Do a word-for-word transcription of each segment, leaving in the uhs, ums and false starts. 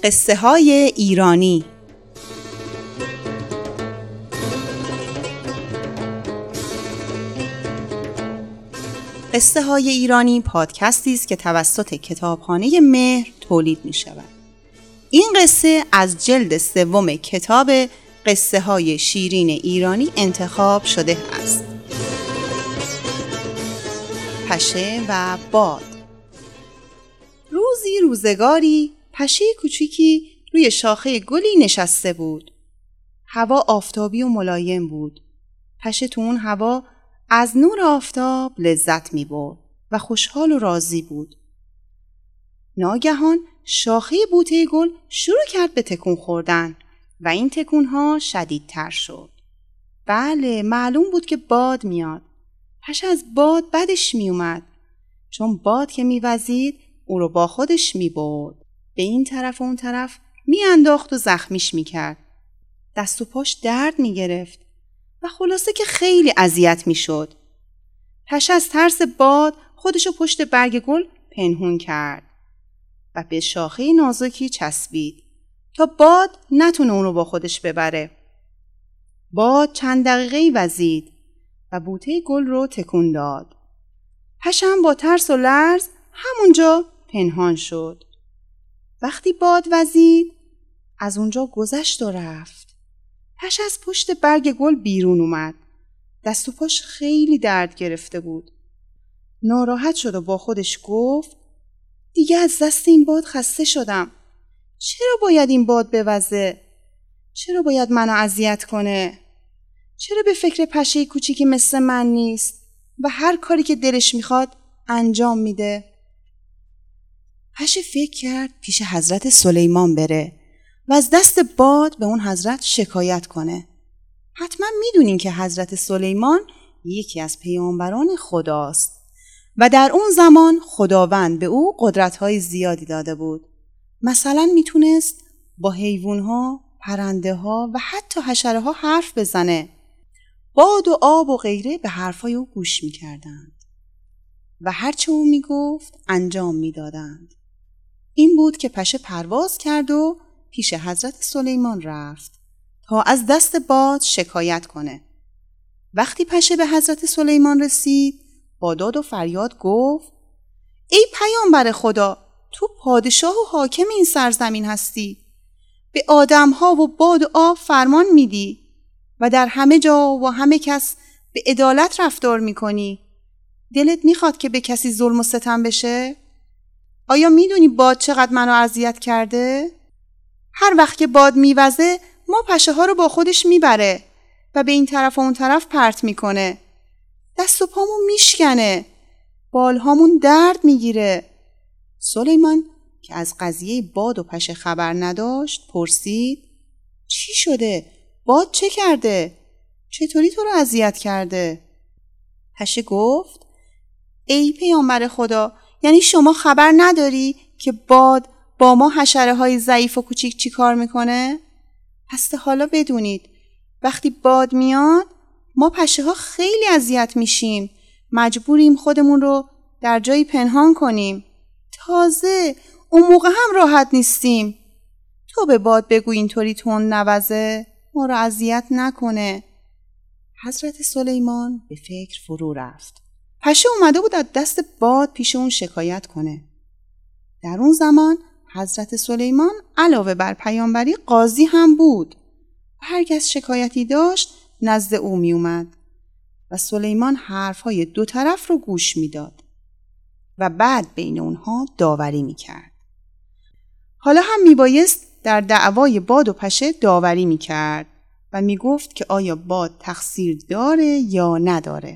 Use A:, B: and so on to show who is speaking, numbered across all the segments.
A: قصه های ایرانی. قصه های ایرانی پادکستی است که توسط کتابخانه مهر تولید می شود. این قصه از جلد سوم کتاب قصه های شیرین ایرانی انتخاب شده است. پشه و باد. روزی روزگاری پشه کوچیکی روی شاخه گلی نشسته بود. هوا آفتابی و ملایم بود. پشه تو اون هوا از نور آفتاب لذت می برد و خوشحال و راضی بود. ناگهان شاخه بوته گل شروع کرد به تکون خوردن و این تکونها شدیدتر شد. بله، معلوم بود که باد میاد. پشه از باد بدش می اومد، چون باد که می وزید او رو با خودش می برد. به این طرف و اون طرف می انداخت و زخمیش می کرد. دست و پاش درد می گرفت و خلاصه که خیلی اذیت می شد. پشه از ترس باد خودشو پشت برگ گل پنهون کرد و به شاخه نازکی چسبید تا باد نتونه اون رو با خودش ببره. باد چند دقیقه‌ای وزید و بوته گل رو تکون داد. پشه هم با ترس و لرز همونجا پنهان شد. وقتی باد وزید از اونجا گذشت و رفت. پشه از پشت برگ گل بیرون اومد. دست و پاش خیلی درد گرفته بود. ناراحت شد و با خودش گفت دیگه از دست این باد خسته شدم. چرا باید این باد بوزه؟ چرا باید منو اذیت کنه؟ چرا به فکر پشه کوچیکی مثل من نیست و هر کاری که دلش میخواد انجام میده؟ پشه فکر کرد پیش حضرت سلیمان بره و از دست باد به اون حضرت شکایت کنه. حتما میدونین که حضرت سلیمان یکی از پیامبران خداست و در اون زمان خداوند به او قدرت‌های زیادی داده بود. مثلا میتونست با حیوان‌ها، پرنده‌ها و حتی حشره‌ها حرف بزنه. باد و آب و غیره به حرفای او گوش میکردند و هرچه او میگفت انجام میدادند. این بود که پشه پرواز کرد و پیش حضرت سلیمان رفت تا از دست باد شکایت کنه. وقتی پشه به حضرت سلیمان رسید با داد و فریاد گفت ای پیامبر خدا، تو پادشاه و حاکم این سرزمین هستی. به آدمها و باد و آب فرمان میدی و در همه جا و همه کس به عدالت رفتار میکنی. دلت میخواد که به کسی ظلم و ستم بشه؟ آیا میدونی باد چقدر منو اذیت کرده؟ هر وقت که باد میوزه ما پشه ها رو با خودش میبره و به این طرف و اون طرف پرت میکنه. دست و پامون میشکنه. بالهامون درد میگیره. سلیمان که از قضیه باد و پشه خبر نداشت پرسید چی شده؟ باد چه کرده؟ چطوری تو رو اذیت کرده؟ پشه گفت ای پیامبر خدا، یعنی شما خبر نداری که باد با ما حشره های ضعیف و کوچیک چی کار میکنه؟ پس حالا بدونید وقتی باد میاد ما پشه ها خیلی اذیت میشیم. مجبوریم خودمون رو در جایی پنهان کنیم. تازه اون موقع هم راحت نیستیم. تو به باد بگو اینطوری تند نوزه، ما رو اذیت نکنه. حضرت سلیمان به فکر فرو رفت. پشه اومده بود از دست باد پیش اون شکایت کنه. در اون زمان حضرت سلیمان علاوه بر پیامبری قاضی هم بود. هر کس شکایتی داشت نزد او می اومد و سلیمان حرفهای دو طرف رو گوش می داد و بعد بین اونها داوری می کرد. حالا هم می بایست در دعوای باد و پشه داوری می کرد و می گفت که آیا باد تقصیر داره یا نداره.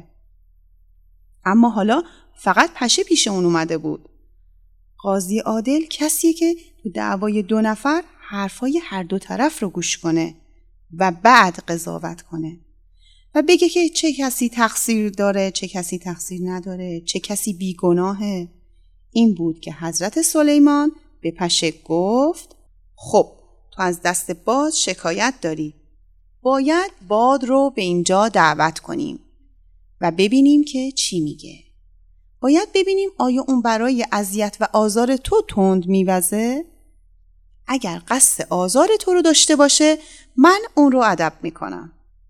A: اما حالا فقط پشه پیش اون اومده بود. قاضی عادل کسیه که تو دعوای دو نفر حرفای هر دو طرف رو گوش کنه و بعد قضاوت کنه و بگه که چه کسی تقصیر داره، چه کسی تقصیر نداره، چه کسی بیگناهه. این بود که حضرت سلیمان به پشه گفت خب تو از دست باد شکایت داری. باید باد رو به اینجا دعوت کنیم و ببینیم که چی میگه. باید ببینیم آیا اون برای اذیت و آزار تو تند میوزه اگر قصد آزار تو رو داشته باشه من اون رو ادب میکنم.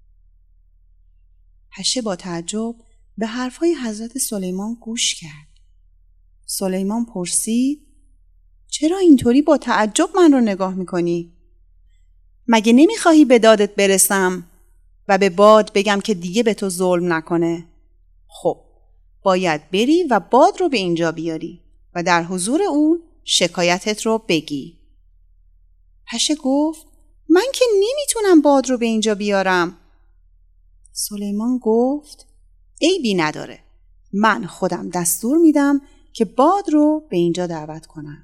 A: پشه با تعجب به حرفهای حضرت سلیمان گوش کرد. سلیمان پرسید چرا اینطوری با تعجب من رو نگاه میکنی؟ مگه نمیخواهی به دادت برسم و به باد بگم که دیگه به تو ظلم نکنه؟ خب باید بری و باد رو به اینجا بیاری و در حضور اون شکایتت رو بگی. پشه گفت من که نمیتونم باد رو به اینجا بیارم. سلیمان گفت عیبی نداره، من خودم دستور میدم که باد رو به اینجا دعوت کنم.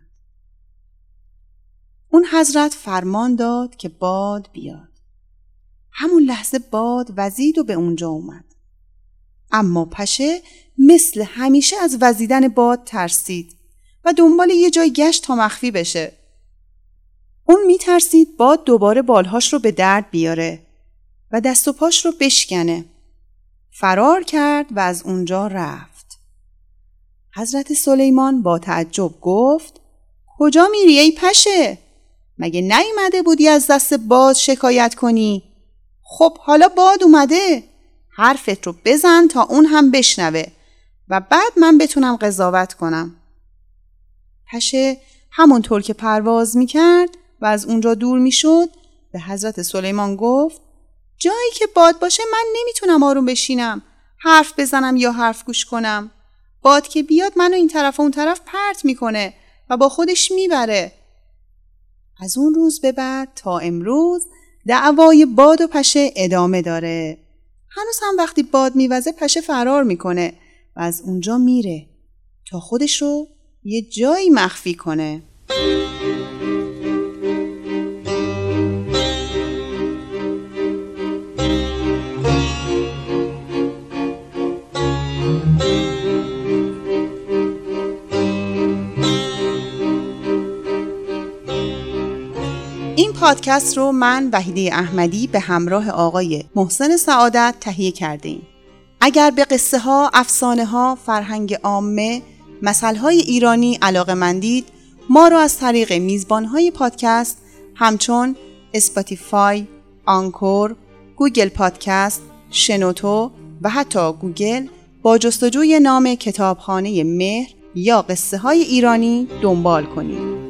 A: اون حضرت فرمان داد که باد بیاد. همون لحظه باد وزید و به اونجا اومد. اما پشه مثل همیشه از وزیدن باد ترسید و دنبال یه جای گشت تا مخفی بشه. اون میترسید باد دوباره بالهاش رو به درد بیاره و دست و پاش رو بشکنه. فرار کرد و از اونجا رفت. حضرت سلیمان با تعجب گفت کجا میری ای پشه؟ مگه نیومده بودی از دست باد شکایت کنی؟ خب حالا باد اومده، حرفت رو بزن تا اون هم بشنوه و بعد من بتونم قضاوت کنم. پشه همونطور که پرواز میکرد و از اونجا دور میشد به حضرت سلیمان گفت جایی که باد باشه من نمیتونم آروم بشینم، حرف بزنم یا حرف گوش کنم. باد که بیاد منو این طرف و اون طرف پرت میکنه و با خودش میبره. از اون روز به بعد تا امروز دعوای باد و پشه ادامه داره. هنوز هم وقتی باد میوزه پشه فرار میکنه و از اونجا میره تا خودش رو یه جایی مخفی کنه. این پادکست رو من وحیده احمدی به همراه آقای محسن سعادت تهیه کردیم. اگر به قصه ها، افسانه ها، فرهنگ عامه، مثل های ایرانی علاقه‌مندید، ما رو از طریق میزبان های پادکست همچون اسپاتیفای، آنکور، گوگل پادکست، شنوتو و حتی گوگل با جستجوی نام کتابخانه مهر یا قصه های ایرانی دنبال کنید.